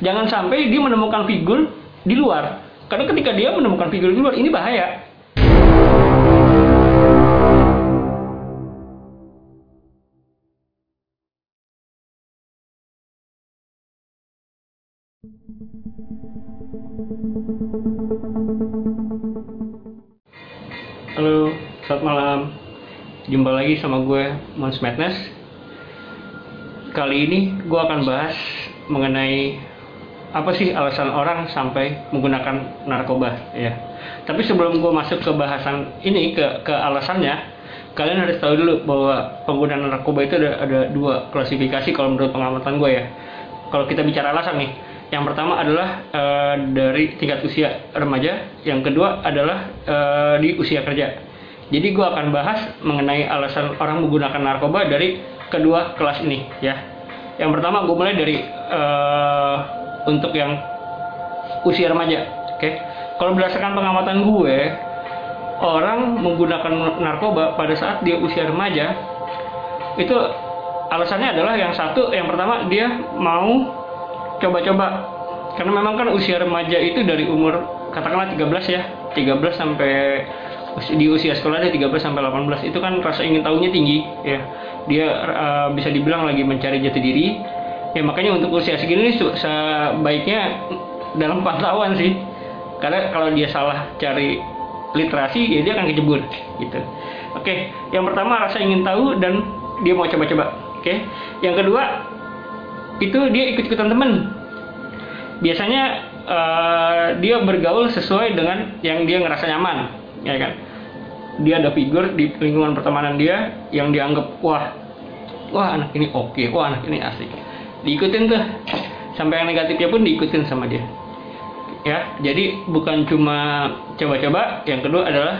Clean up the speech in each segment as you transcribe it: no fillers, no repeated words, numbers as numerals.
Jangan sampai dia menemukan figur di luar. Karena ketika dia menemukan figur di luar, ini bahaya. Halo, selamat malam. Jumpa lagi sama gue, Mons Madness. Kali ini gue akan bahas mengenai apa sih alasan orang sampai menggunakan narkoba, ya. Tapi sebelum gue masuk ke bahasan ini, ke alasannya, kalian harus tahu dulu bahwa penggunaan narkoba itu ada dua klasifikasi kalau menurut pengamatan gue, ya. Kalau kita bicara alasan nih, yang pertama adalah dari tingkat usia remaja, yang kedua adalah di usia kerja. Jadi gue akan bahas mengenai alasan orang menggunakan narkoba dari kedua kelas ini, ya. Yang pertama gue mulai dari untuk yang usia remaja, oke. Kalau berdasarkan pengamatan gue, orang menggunakan narkoba pada saat dia usia remaja itu alasannya adalah yang pertama dia mau coba-coba, karena memang kan usia remaja itu dari umur katakanlah 13 ya, 13 sampai di usia sekolah dia 13 sampai 18, itu kan rasa ingin tahunya tinggi, ya. Dia bisa dibilang lagi mencari jati diri, ya. Makanya untuk usia segini sebaiknya dalam pantauan sih, karena kalau dia salah cari literasi ya dia akan kejebur gitu. Oke, yang pertama rasa ingin tahu dan dia mau coba-coba. Oke, yang kedua itu dia ikut-ikutan temen. Biasanya dia bergaul sesuai dengan yang dia ngerasa nyaman, ya kan. Dia ada figur di lingkungan pertemanan dia yang dianggap wah anak ini oke, wah anak ini asik, diikutin tuh, sampai yang negatifnya pun diikutin sama dia, ya. Jadi bukan cuma coba-coba, yang kedua adalah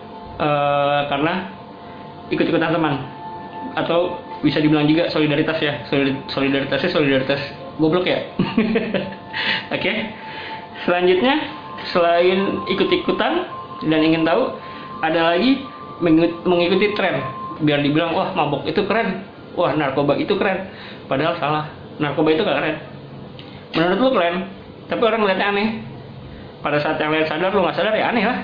karena ikut-ikutan teman, atau bisa dibilang juga solidaritas, ya. Solidaritas goblok, ya. Oke. Selanjutnya, selain ikut-ikutan dan ingin tahu, ada lagi mengikuti tren, biar dibilang wah mabok itu keren, wah narkoba itu keren. Padahal salah, narkoba itu gak keren. Menurut lu keren, tapi orang ngeliatnya aneh. Pada saat yang lain sadar, lu gak sadar, ya aneh lah.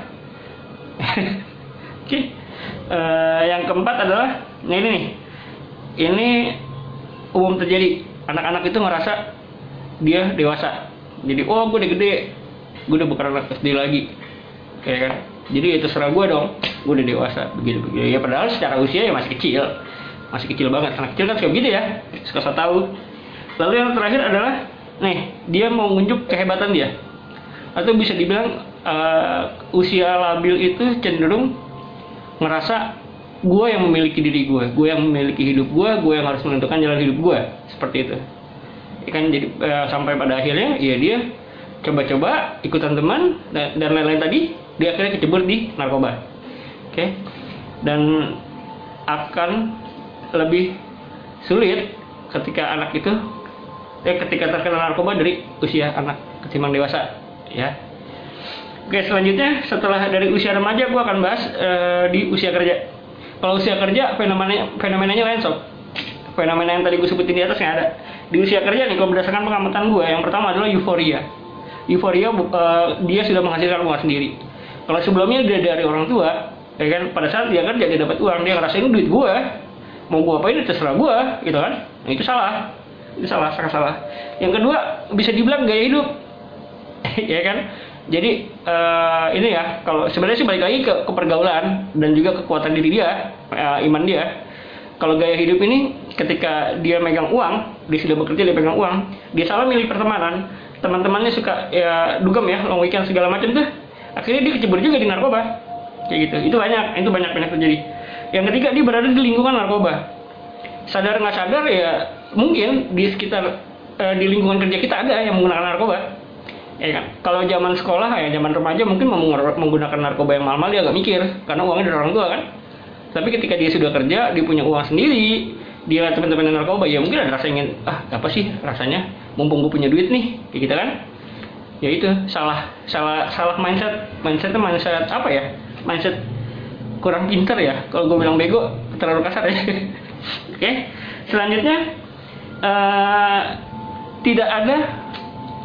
Oke. Yang keempat adalah ini nih, ini umum terjadi. Anak-anak itu ngerasa dia dewasa, jadi oh gue udah gede, gue udah bukan anak SD lagi, ya kan. Jadi itu terserah gue dong, gue udah dewasa, begitu. Ya padahal secara usia ya masih kecil banget. Anak kecil kan suka gitu ya, suka tahu. Lalu yang terakhir adalah nih, dia mau nunjuk kehebatan dia, atau bisa dibilang usia labil itu cenderung ngerasa gue yang memiliki diri gue yang memiliki hidup gue yang harus menentukan jalan hidup gue, seperti itu. Ya kan, jadi sampai pada akhirnya ya dia coba-coba ikutan teman dan lain-lain tadi, dia akhirnya kecebur di narkoba. Oke. Dan akan lebih sulit ketika anak itu ketika terkena narkoba dari usia anak ketimbang dewasa, ya. Oke, selanjutnya setelah dari usia remaja gue akan bahas di usia kerja. Kalau usia kerja fenomenanya lain, sob. Fenomena yang tadi gue sebutin di atas nggak ada. Di usia kerja nih, kalau berdasarkan pengamatan gue, yang pertama adalah euforia. Dia sudah menghasilkan uang sendiri. Kalau sebelumnya dia dari orang tua, ya kan, pada saat dia kerja dia dapat uang, dia ngerasain duit gue, mau gue apain itu terserah gue, gitu kan. Nah, itu salah, sangat salah. Yang kedua bisa dibilang gaya hidup. Ya kan. Jadi ini ya, kalau sebenarnya sih balik lagi ke pergaulan dan juga kekuatan diri dia, iman dia. Kalau gaya hidup ini, ketika dia megang uang, dia sudah bekerja, dia pegang uang, dia salah milih pertemanan, teman-temannya suka ya dugem ya, long weekend segala macam tuh, akhirnya dia kecebur juga di narkoba, kayak gitu. Itu banyak terjadi. Yang ketiga, dia berada di lingkungan narkoba. Sadar nggak sadar ya, mungkin di sekitar di lingkungan kerja kita ada yang menggunakan narkoba. Ya kan? Kalau zaman sekolah ya, zaman remaja mungkin menggunakan narkoba yang mahal-mahal dia agak mikir, karena uangnya dari orang tua kan. Tapi ketika dia sudah kerja, dia punya uang sendiri, dia lihat teman-teman narkoba, ya mungkin ada rasa ingin, apa sih rasanya, mumpung gue punya duit nih, kayak gitu kan. Ya itu salah mindset apa ya? Mindset kurang pintar ya. Kalau gue bilang bego terlalu kasar ya. Oke. Selanjutnya tidak ada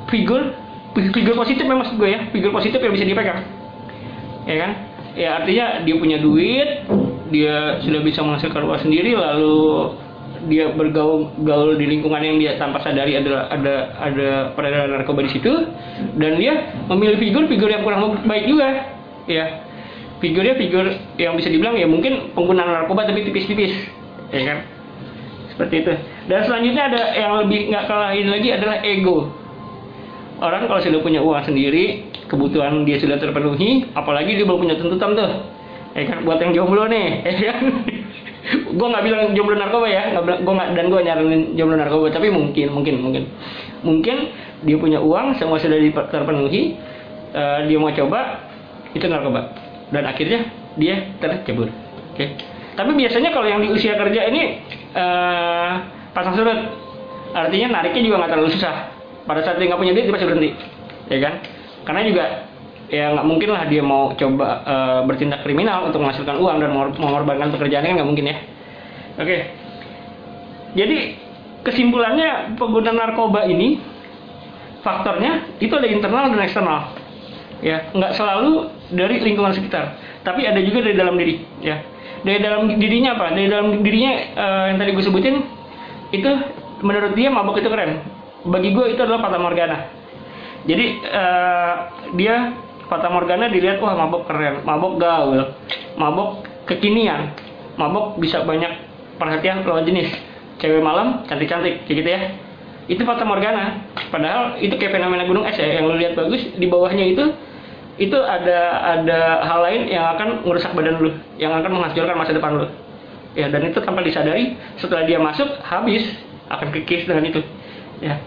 figur figur positif memang maksud gue ya, figur positif yang bisa dipegang, ya kan? Ya artinya dia punya duit, dia sudah bisa menghasilkan uang sendiri, lalu dia bergaul di lingkungan yang dia tanpa sadari ada peredaran narkoba di situ, dan dia memilih figur yang kurang baik juga, ya. Figurnya figur yang bisa dibilang ya mungkin pengguna narkoba tapi tipis-tipis, ya kan? Seperti itu. Dan selanjutnya ada yang lebih nggak kalah ini lagi adalah ego. Orang kalau sudah punya uang sendiri, kebutuhan dia sudah terpenuhi, apalagi dia belum punya tuntutan tuh, ya kan? Buat yang jomblo nih, ya kan? Gue nggak bilang jomblo narkoba ya, dan gue nyaranin jomblo narkoba, tapi mungkin dia punya uang, semua sudah terpenuhi, dia mau coba itu narkoba. Dan akhirnya dia tercebur. Oke. Tapi biasanya kalau yang di usia kerja ini pasang surut, artinya nariknya juga nggak terlalu susah. Pada saat dia nggak punya duit dia pasti berhenti, ya kan? Karena juga ya nggak mungkin lah dia mau coba bertindak kriminal untuk menghasilkan uang dan mengorbankan pekerjaannya, kan nggak mungkin ya. Oke. Jadi kesimpulannya pengguna narkoba ini faktornya itu ada internal dan eksternal. Ya, nggak selalu dari lingkungan sekitar, tapi ada juga dari dalam diri, ya. Dari dalam dirinya apa? Dari dalam dirinya yang tadi gue sebutin itu menurut dia mabok itu keren. Bagi gue itu adalah fata morgana. Jadi dia fata morgana dilihat, wah mabok keren, mabok gaul, mabok kekinian, mabok bisa banyak perhatian lawan jenis, cewek malam cantik-cantik kayak gitu ya. Itu fata morgana. Padahal itu kayak fenomena gunung es ya, yang lu lihat bagus, di bawahnya itu ada hal lain yang akan merusak badan lu, yang akan menghancurkan masa depan lu. Ya, dan itu tanpa disadari, setelah dia masuk habis akan kikis dengan itu. Ya.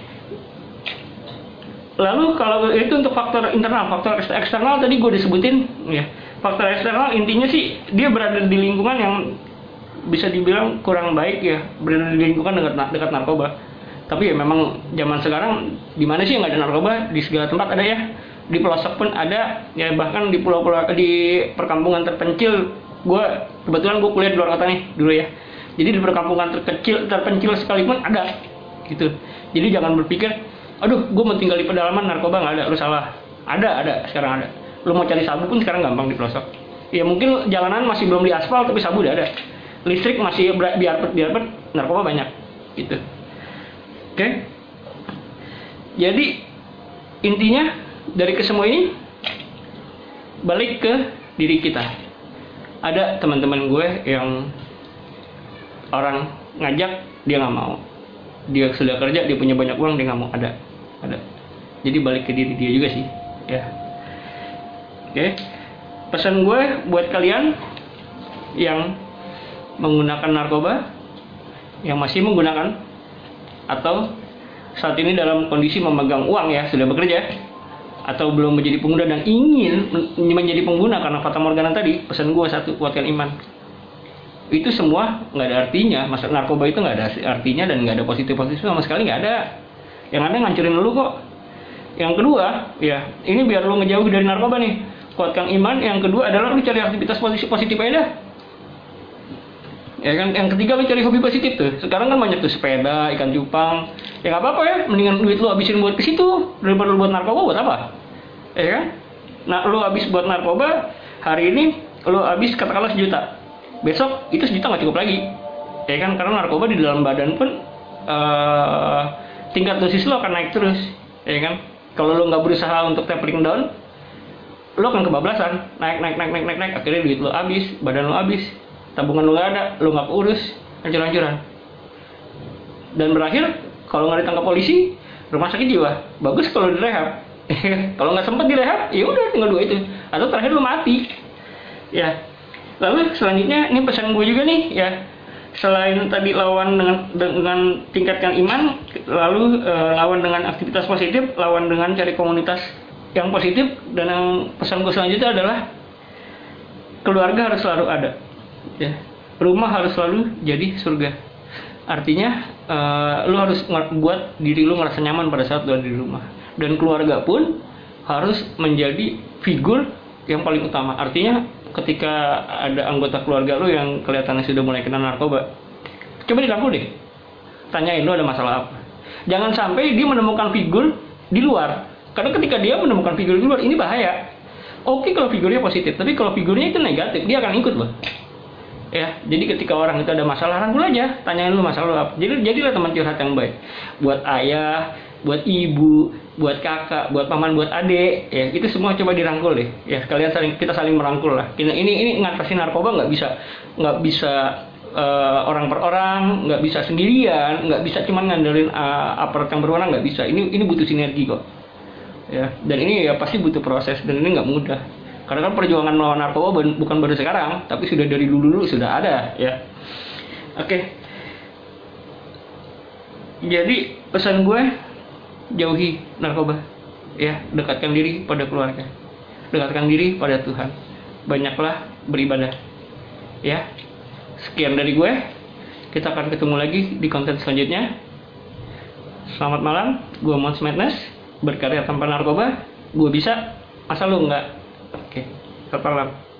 Lalu kalau itu untuk faktor internal, faktor eksternal tadi gue disebutin, ya. Faktor eksternal intinya sih dia berada di lingkungan yang bisa dibilang kurang baik ya, berada di lingkungan dekat narkoba. Tapi ya memang zaman sekarang di mana sih nggak ada narkoba, di segala tempat ada ya, di pelosok pun ada ya, bahkan di pulau-pulau, di perkampungan terpencil. Kebetulan gue kuliah di luar kota nih dulu ya, jadi di perkampungan terpencil sekalipun ada gitu. Jadi jangan berpikir aduh gue mau tinggal di pedalaman narkoba nggak ada, lu salah. Ada sekarang ada. Lu mau cari sabu pun sekarang gampang di pelosok ya. Mungkin jalanan masih belum di aspal tapi sabu udah ada, listrik masih biarpet narkoba banyak gitu. Oke. Jadi intinya dari kesemua ini balik ke diri kita. Ada teman-teman gue yang orang ngajak dia nggak mau, dia sudah kerja, dia punya banyak uang, dia nggak mau. Ada. Jadi balik ke diri dia juga sih, ya. Oke. Pesan gue buat kalian yang menggunakan narkoba, yang masih menggunakan, atau saat ini dalam kondisi memegang uang ya, sudah bekerja, atau belum menjadi pengguna dan ingin menjadi pengguna karena fata morgana tadi, pesan gue satu, kuatkan iman. Itu semua nggak ada artinya. Masa narkoba itu nggak ada artinya dan nggak ada positif sama sekali, nggak ada. Yang ada ngancurin lu kok. Yang kedua, ya ini biar lu ngejauh dari narkoba nih, kuatkan iman. Yang kedua adalah lu cari aktivitas positif aja dah. Ya kan, yang ketiga lu cari hobi positif tuh. Sekarang kan banyak tuh sepeda, ikan cupang. Ya nggak apa-apa ya, mendingan duit lu habisin buat ke situ daripada lu buat narkoba. Buat apa? Ya kan? Nah, lu habis buat narkoba, hari ini lu habis katakanlah 1 juta. Besok itu 1 juta nggak cukup lagi. Ya kan, karena narkoba di dalam badan pun tingkat dosis lu akan naik terus. Ya kan? Kalau lu nggak berusaha untuk tapering down, lu akan kebablasan, naik, akhirnya duit lu habis, badan lu habis, tabungan lu nggak ada, lu nggak keurus, hancur-hancuran. Dan berakhir kalau nggak ditangkap polisi, rumah sakit jiwa. Bagus kalau direhab. Kalau nggak sempat direhab, ya udah tinggal 2 itu. Atau terakhir lu mati. Ya. Lalu selanjutnya ini pesan gue juga nih ya. Selain tadi lawan dengan tingkatkan iman, lalu lawan dengan aktivitas positif, lawan dengan cari komunitas yang positif, dan yang pesan gue selanjutnya adalah keluarga harus selalu ada. Ya. Rumah harus selalu jadi surga. Artinya lu harus buat diri lu ngerasa nyaman pada saat lu ada di rumah. Dan keluarga pun harus menjadi figur yang paling utama. Artinya ketika ada anggota keluarga lu yang kelihatannya sudah mulai kena narkoba, coba dirangkul deh, tanyain lu ada masalah apa. Jangan sampai dia menemukan figur di luar. Karena ketika dia menemukan figur di luar, ini bahaya. Oke kalau figurnya positif, tapi kalau figurnya itu negatif, dia akan ikut loh. Ya, jadi ketika orang itu ada masalah, rangkul aja, tanyain lu masalah lu apa. Jadi jadilah teman curhat yang baik. Buat ayah, buat ibu, buat kakak, buat paman, buat adik, ya itu semua coba dirangkul deh. Ya kita saling merangkul lah. Ini ngatasin narkoba nggak bisa orang per orang, nggak bisa sendirian, nggak bisa cuma ngandelin aparat yang berwenang, nggak bisa. Ini butuh sinergi kok. Ya, dan ini ya pasti butuh proses dan ini nggak mudah. Karena kan perjuangan melawan narkoba bukan baru sekarang, tapi sudah dari dulu sudah ada ya. Oke. Jadi pesan gue, jauhi narkoba. Ya, dekatkan diri pada keluarga. Dekatkan diri pada Tuhan. Banyaklah beribadah. Ya. Sekian dari gue. Kita akan ketemu lagi di konten selanjutnya. Selamat malam, gue Mons Madness, berkarya tanpa narkoba. Gue bisa, masa lu enggak? Oke, selamat malam.